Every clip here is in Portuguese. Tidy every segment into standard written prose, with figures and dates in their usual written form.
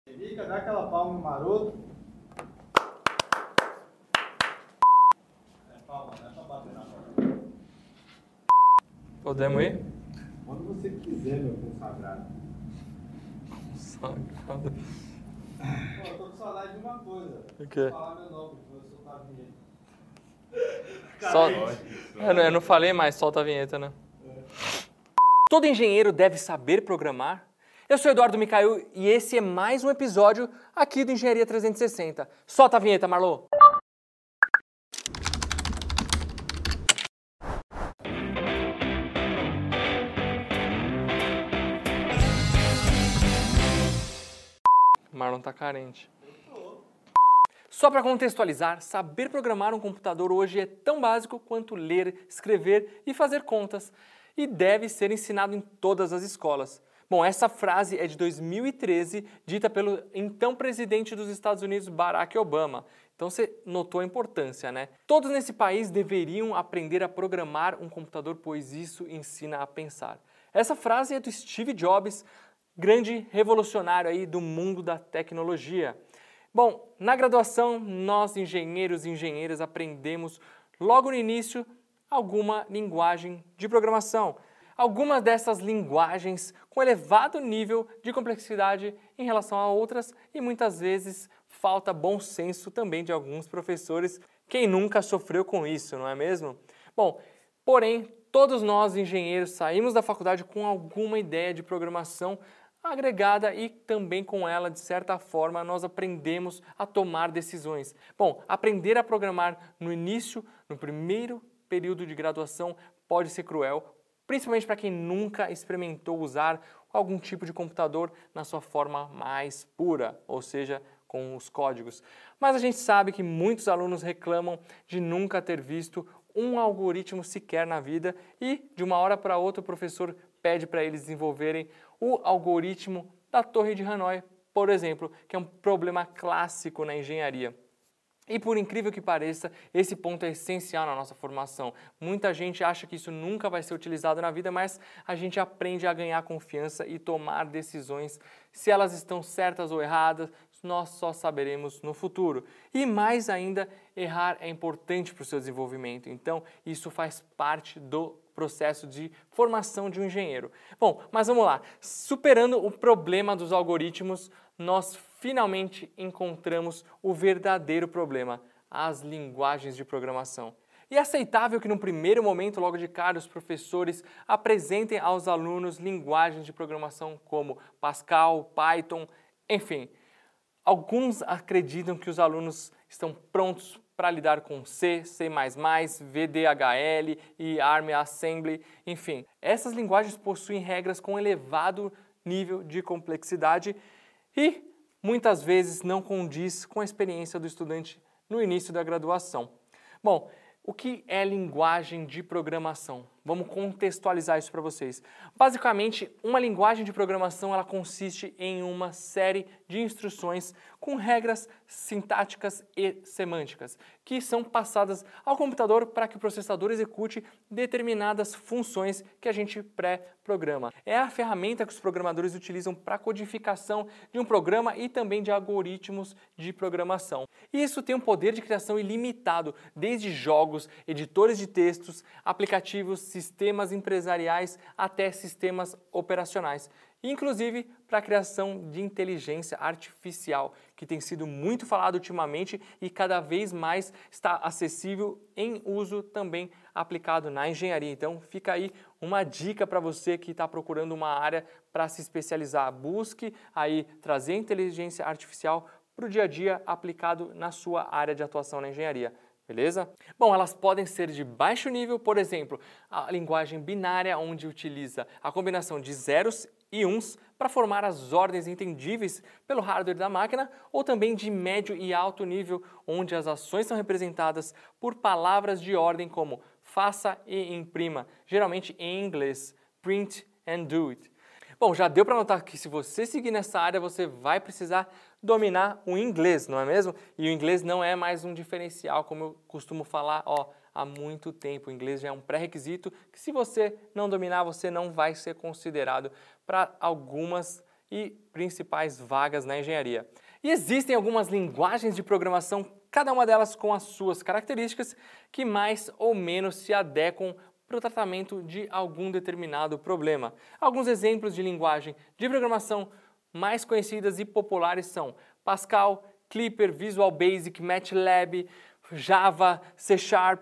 Fica, dá aquela palma maroto. É palma, não é pra bater na porta. Podemos ir? Quando você quiser, meu consagrado. Consagrado. Pô, eu tô com saudade de uma coisa. O quê? Vou falar meu nome, vou soltar a vinheta. Eu não falei, mas solta a vinheta, né? Todo engenheiro deve saber programar? Eu sou Eduardo Micael e esse é mais um episódio aqui do Engenharia 360. Solta a vinheta, Marlô! Marlon tá carente. Só para contextualizar, saber programar um computador hoje é tão básico quanto ler, escrever e fazer contas, e deve ser ensinado em todas as escolas. Bom, essa frase é de 2013, dita pelo então presidente dos Estados Unidos, Barack Obama. Então você notou a importância, né? Todos nesse país deveriam aprender a programar um computador, pois isso ensina a pensar. Essa frase é do Steve Jobs, grande revolucionário aí do mundo da tecnologia. Bom, na graduação, nós engenheiros e engenheiras aprendemos logo no início alguma linguagem de programação. Algumas dessas linguagens com elevado nível de complexidade em relação a outras e muitas vezes falta bom senso também de alguns professores. Quem nunca sofreu com isso, não é mesmo? Bom, porém, todos nós engenheiros saímos da faculdade com alguma ideia de programação agregada e também com ela, de certa forma, nós aprendemos a tomar decisões. Bom, aprender a programar no início, no primeiro período de graduação, pode ser cruel, principalmente para quem nunca experimentou usar algum tipo de computador na sua forma mais pura, ou seja, com os códigos. Mas a gente sabe que muitos alunos reclamam de nunca ter visto um algoritmo sequer na vida e, de uma hora para outra, o professor pede para eles desenvolverem o algoritmo da Torre de Hanoi, por exemplo, que é um problema clássico na engenharia. E por incrível que pareça, esse ponto é essencial na nossa formação. Muita gente acha que isso nunca vai ser utilizado na vida, mas a gente aprende a ganhar confiança e tomar decisões. Se elas estão certas ou erradas, nós só saberemos no futuro. E mais ainda, errar é importante para o seu desenvolvimento. Então, isso faz parte do processo de formação de um engenheiro. Bom, mas vamos lá. Superando o problema dos algoritmos, nós finalmente encontramos o verdadeiro problema, as linguagens de programação. E é aceitável que, num primeiro momento, logo de cara, os professores apresentem aos alunos linguagens de programação como Pascal, Python, enfim. Alguns acreditam que os alunos estão prontos para lidar com C, C++, VDHL e ARM Assembly, enfim. Essas linguagens possuem regras com elevado nível de complexidade e muitas vezes não condiz com a experiência do estudante no início da graduação. Bom, o que é linguagem de programação? Vamos contextualizar isso para vocês. Basicamente, uma linguagem de programação ela consiste em uma série de instruções com regras sintáticas e semânticas, que são passadas ao computador para que o processador execute determinadas funções que a gente pré-programa. É a ferramenta que os programadores utilizam para a codificação de um programa e também de algoritmos de programação. E isso tem um poder de criação ilimitado, desde jogos, editores de textos, aplicativos, sistemas empresariais até sistemas operacionais, inclusive para a criação de inteligência artificial, que tem sido muito falado ultimamente e cada vez mais está acessível em uso também aplicado na engenharia. Então fica aí uma dica para você que está procurando uma área para se especializar. Busque aí trazer inteligência artificial para o dia a dia aplicado na sua área de atuação na engenharia. Beleza? Bom, elas podem ser de baixo nível, por exemplo, a linguagem binária, onde utiliza a combinação de zeros e uns para formar as ordens entendíveis pelo hardware da máquina, ou também de médio e alto nível, onde as ações são representadas por palavras de ordem como faça e imprima, geralmente em inglês, print and do it. Bom, já deu para notar que se você seguir nessa área, você vai precisar dominar o inglês, não é mesmo? E o inglês não é mais um diferencial, como eu costumo falar há muito tempo. O inglês já é um pré-requisito que, se você não dominar, você não vai ser considerado para algumas e principais vagas na engenharia. E existem algumas linguagens de programação, cada uma delas com as suas características, que mais ou menos se adequam para o tratamento de algum determinado problema. Alguns exemplos de linguagem de programação mais conhecidas e populares são Pascal, Clipper, Visual Basic, MATLAB, Java, C#,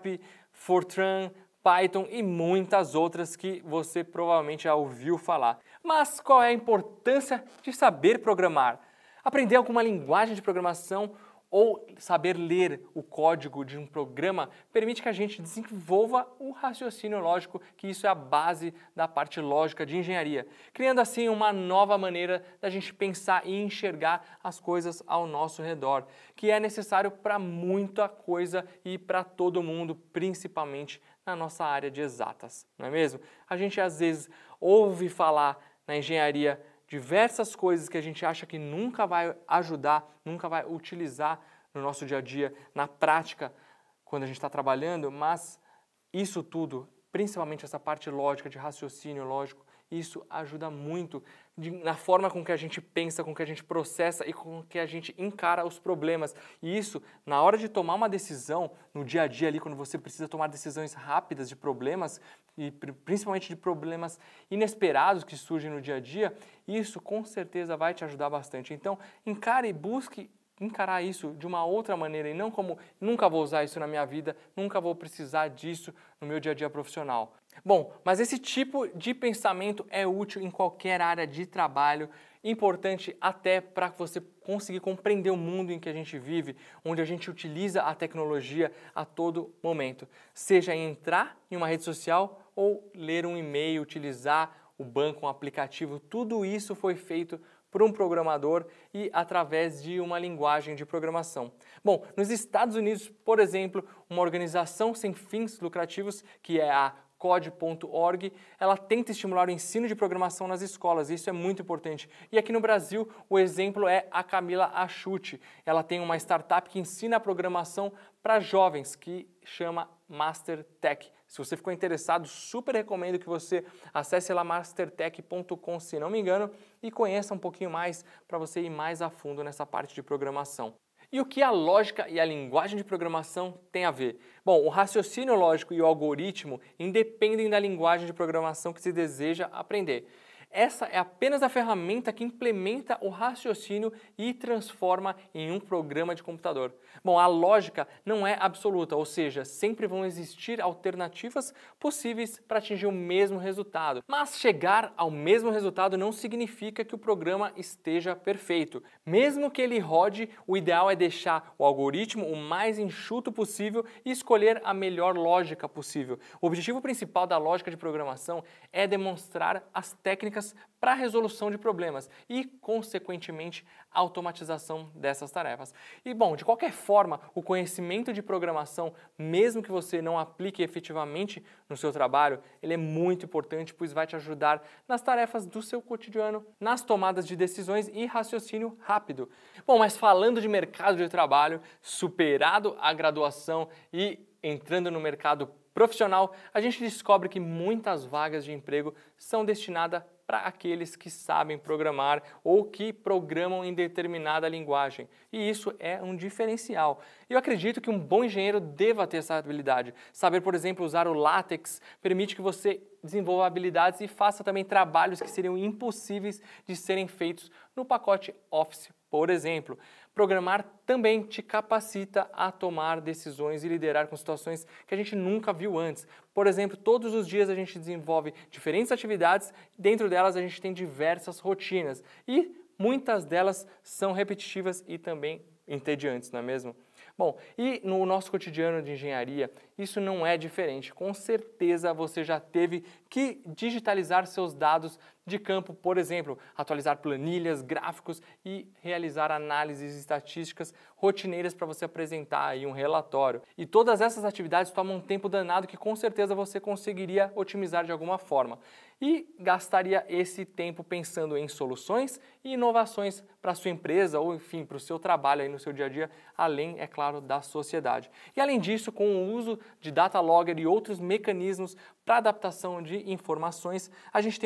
Fortran, Python e muitas outras que você provavelmente já ouviu falar. Mas qual é a importância de saber programar? Aprender alguma linguagem de programação ou saber ler o código de um programa permite que a gente desenvolva o raciocínio lógico, que isso é a base da parte lógica de engenharia, criando assim uma nova maneira da gente pensar e enxergar as coisas ao nosso redor, que é necessário para muita coisa e para todo mundo, principalmente na nossa área de exatas, não é mesmo? A gente às vezes ouve falar na engenharia diversas coisas que a gente acha que nunca vai ajudar, nunca vai utilizar no nosso dia a dia, na prática, quando a gente está trabalhando, mas isso tudo, principalmente essa parte lógica, de raciocínio lógico, isso ajuda muito na forma com que a gente pensa, com que a gente processa e com que a gente encara os problemas. E isso, na hora de tomar uma decisão, no dia a dia ali, quando você precisa tomar decisões rápidas de problemas, e principalmente de problemas inesperados que surgem no dia a dia, isso com certeza vai te ajudar bastante. Então, encare e busque encarar isso de uma outra maneira e não como nunca vou usar isso na minha vida, nunca vou precisar disso no meu dia a dia profissional. Bom, mas esse tipo de pensamento é útil em qualquer área de trabalho, importante até para você conseguir compreender o mundo em que a gente vive, onde a gente utiliza a tecnologia a todo momento, seja em entrar em uma rede social ou ler um e-mail, utilizar o banco, um aplicativo, tudo isso foi feito por um programador e através de uma linguagem de programação. Bom, nos Estados Unidos, por exemplo, uma organização sem fins lucrativos, que é a Code.org, ela tenta estimular o ensino de programação nas escolas, isso é muito importante. E aqui no Brasil, o exemplo é a Camila Achuti. Ela tem uma startup que ensina a programação para jovens, que chama Master Tech. Se você ficou interessado, super recomendo que você acesse lá mastertech.com, se não me engano, e conheça um pouquinho mais para você ir mais a fundo nessa parte de programação. E o que a lógica e a linguagem de programação têm a ver? Bom, o raciocínio lógico e o algoritmo independem da linguagem de programação que se deseja aprender. Essa é apenas a ferramenta que implementa o raciocínio e transforma em um programa de computador. Bom, a lógica não é absoluta, ou seja, sempre vão existir alternativas possíveis para atingir o mesmo resultado. Mas chegar ao mesmo resultado não significa que o programa esteja perfeito. Mesmo que ele rode, o ideal é deixar o algoritmo o mais enxuto possível e escolher a melhor lógica possível. O objetivo principal da lógica de programação é demonstrar as técnicas para a resolução de problemas e, consequentemente, a automatização dessas tarefas. E, bom, de qualquer forma, o conhecimento de programação, mesmo que você não aplique efetivamente no seu trabalho, ele é muito importante, pois vai te ajudar nas tarefas do seu cotidiano, nas tomadas de decisões e raciocínio rápido. Bom, mas falando de mercado de trabalho, superado a graduação e entrando no mercado profissional, a gente descobre que muitas vagas de emprego são destinadas para aqueles que sabem programar ou que programam em determinada linguagem. E isso é um diferencial. Eu acredito que um bom engenheiro deva ter essa habilidade. Saber, por exemplo, usar o LaTeX permite que você desenvolva habilidades e faça também trabalhos que seriam impossíveis de serem feitos no pacote Office, por exemplo. Programar também te capacita a tomar decisões e liderar com situações que a gente nunca viu antes. Por exemplo, todos os dias a gente desenvolve diferentes atividades, dentro delas a gente tem diversas rotinas e muitas delas são repetitivas e também entediantes, não é mesmo? Bom, e no nosso cotidiano de engenharia, isso não é diferente. Com certeza você já teve que digitalizar seus dados de campo, por exemplo, atualizar planilhas, gráficos e realizar análises estatísticas rotineiras para você apresentar aí um relatório. E todas essas atividades tomam um tempo danado que com certeza você conseguiria otimizar de alguma forma. E gastaria esse tempo pensando em soluções e inovações para a sua empresa ou, enfim, para o seu trabalho aí no seu dia a dia, além, é claro, da sociedade. E além disso, com o uso de data logger e outros mecanismos para adaptação de informações, a gente tem uma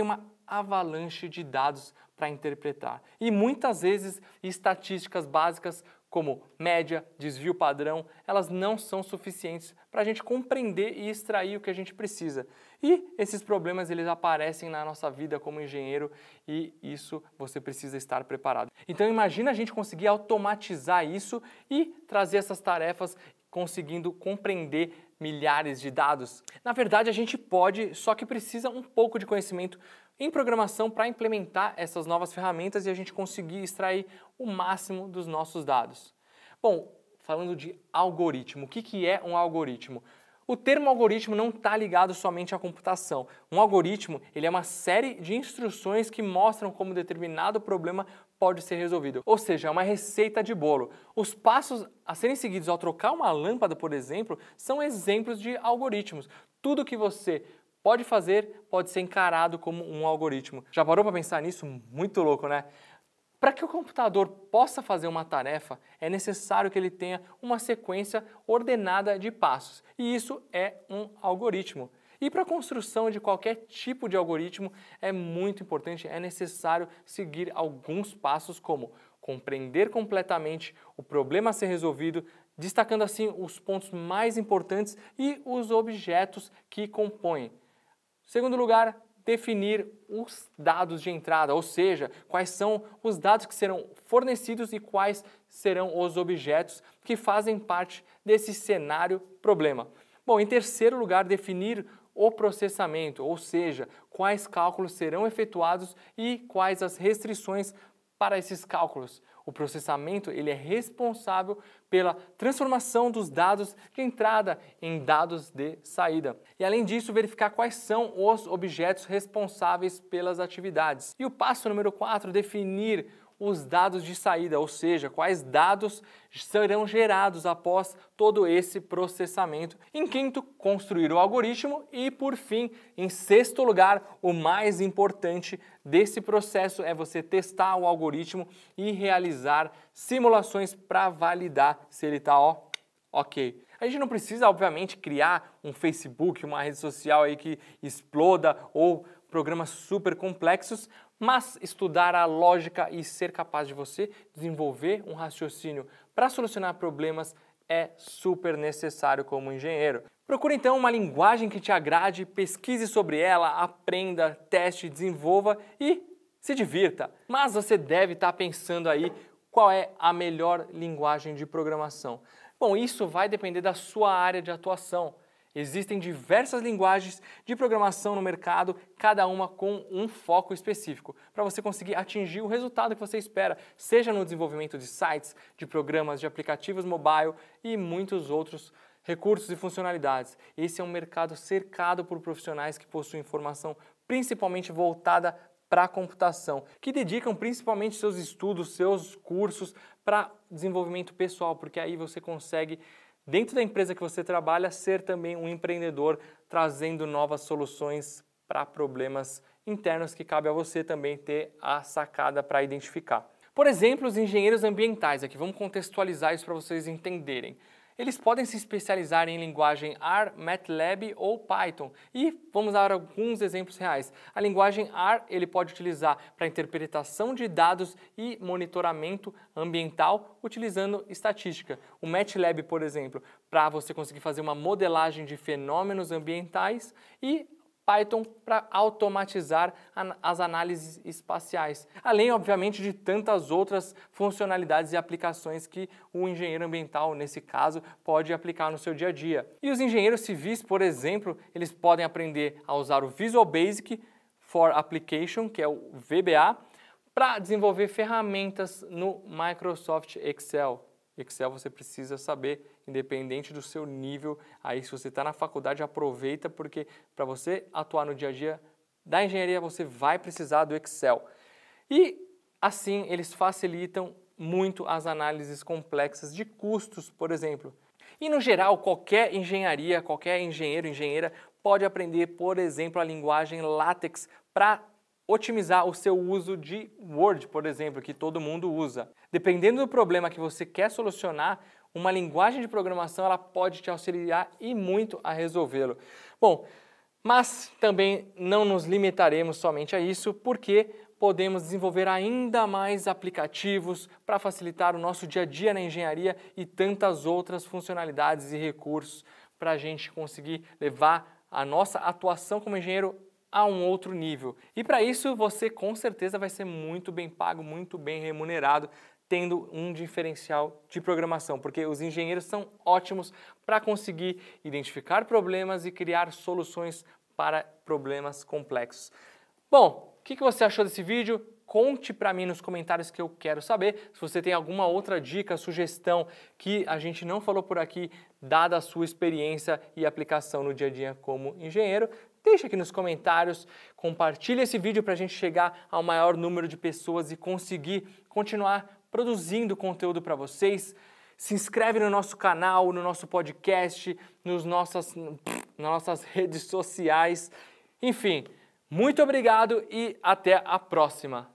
avalanche de dados para interpretar. E muitas vezes estatísticas básicas como média, desvio padrão, elas não são suficientes para a gente compreender e extrair o que a gente precisa. E esses problemas eles aparecem na nossa vida como engenheiro e isso você precisa estar preparado. Então imagina a gente conseguir automatizar isso e trazer essas tarefas conseguindo compreender milhares de dados. Na verdade a gente pode, só que precisa um pouco de conhecimento em programação para implementar essas novas ferramentas e a gente conseguir extrair o máximo dos nossos dados. Bom, falando de algoritmo, o que é um algoritmo? O termo algoritmo não está ligado somente à computação. Um algoritmo ele é uma série de instruções que mostram como determinado problema pode ser resolvido. Ou seja, é uma receita de bolo. Os passos a serem seguidos ao trocar uma lâmpada, por exemplo, são exemplos de algoritmos. Tudo que você pode fazer, pode ser encarado como um algoritmo. Já parou para pensar nisso? Muito louco, né? Para que o computador possa fazer uma tarefa, é necessário que ele tenha uma sequência ordenada de passos. E isso é um algoritmo. E para a construção de qualquer tipo de algoritmo é muito importante, é necessário seguir alguns passos como compreender completamente o problema a ser resolvido, destacando assim os pontos mais importantes e os objetos que compõem. Segundo lugar, definir os dados de entrada, ou seja, quais são os dados que serão fornecidos e quais serão os objetos que fazem parte desse cenário problema. Bom, em terceiro lugar, definir o processamento, ou seja, quais cálculos serão efetuados e quais as restrições para esses cálculos. O processamento ele é responsável pela transformação dos dados de entrada em dados de saída. E além disso, verificar quais são os objetos responsáveis pelas atividades. E o passo número 4, definir os dados de saída, ou seja, quais dados serão gerados após todo esse processamento. Em quinto, construir o algoritmo e, por fim, em sexto lugar, o mais importante desse processo é você testar o algoritmo e realizar simulações para validar se ele está ok. A gente não precisa, obviamente, criar um Facebook, uma rede social aí que exploda ou programas super complexos, mas estudar a lógica e ser capaz de você desenvolver um raciocínio para solucionar problemas é super necessário como engenheiro. Procure então uma linguagem que te agrade, pesquise sobre ela, aprenda, teste, desenvolva e se divirta. Mas você deve estar pensando aí qual é a melhor linguagem de programação. Bom, isso vai depender da sua área de atuação. Existem diversas linguagens de programação no mercado, cada uma com um foco específico, para você conseguir atingir o resultado que você espera, seja no desenvolvimento de sites, de programas, de aplicativos mobile e muitos outros recursos e funcionalidades. Esse é um mercado cercado por profissionais que possuem formação principalmente voltada para a computação, que dedicam principalmente seus estudos, seus cursos para desenvolvimento pessoal, porque aí você consegue, dentro da empresa que você trabalha, ser também um empreendedor, trazendo novas soluções para problemas internos que cabe a você também ter a sacada para identificar. Por exemplo, os engenheiros ambientais, aqui vamos contextualizar isso para vocês entenderem. Eles podem se especializar em linguagem R, MATLAB ou Python. E vamos dar alguns exemplos reais. A linguagem R ele pode utilizar para interpretação de dados e monitoramento ambiental utilizando estatística. O MATLAB, por exemplo, para você conseguir fazer uma modelagem de fenômenos ambientais e Python para automatizar as análises espaciais, além, obviamente, de tantas outras funcionalidades e aplicações que o engenheiro ambiental, nesse caso, pode aplicar no seu dia a dia. E os engenheiros civis, por exemplo, eles podem aprender a usar o Visual Basic for Application, que é o VBA, para desenvolver ferramentas no Microsoft Excel. Excel você precisa saber, independente do seu nível. Aí, se você está na faculdade, aproveita, porque para você atuar no dia a dia da engenharia, você vai precisar do Excel. E, assim, eles facilitam muito as análises complexas de custos, por exemplo. E, no geral, qualquer engenharia, qualquer engenheiro, engenheira, pode aprender, por exemplo, a linguagem LaTeX para otimizar o seu uso de Word, por exemplo, que todo mundo usa. Dependendo do problema que você quer solucionar, uma linguagem de programação ela pode te auxiliar e muito a resolvê-lo. Bom, Mas também não nos limitaremos somente a isso, porque podemos desenvolver ainda mais aplicativos para facilitar o nosso dia a dia na engenharia e tantas outras funcionalidades e recursos para a gente conseguir levar a nossa atuação como engenheiro a um outro nível. E para isso você com certeza vai ser muito bem pago, muito bem remunerado, tendo um diferencial de programação, porque os engenheiros são ótimos para conseguir identificar problemas e criar soluções para problemas complexos. Bom, o que você achou desse vídeo? Conte para mim nos comentários que eu quero saber. Se você tem alguma outra dica, sugestão que a gente não falou por aqui, dada a sua experiência e aplicação no dia a dia como engenheiro, deixa aqui nos comentários, compartilhe esse vídeo para a gente chegar ao maior número de pessoas e conseguir continuar produzindo conteúdo para vocês. Se inscreve no nosso canal, no nosso podcast, nas nossas redes sociais. Enfim, muito obrigado e até a próxima!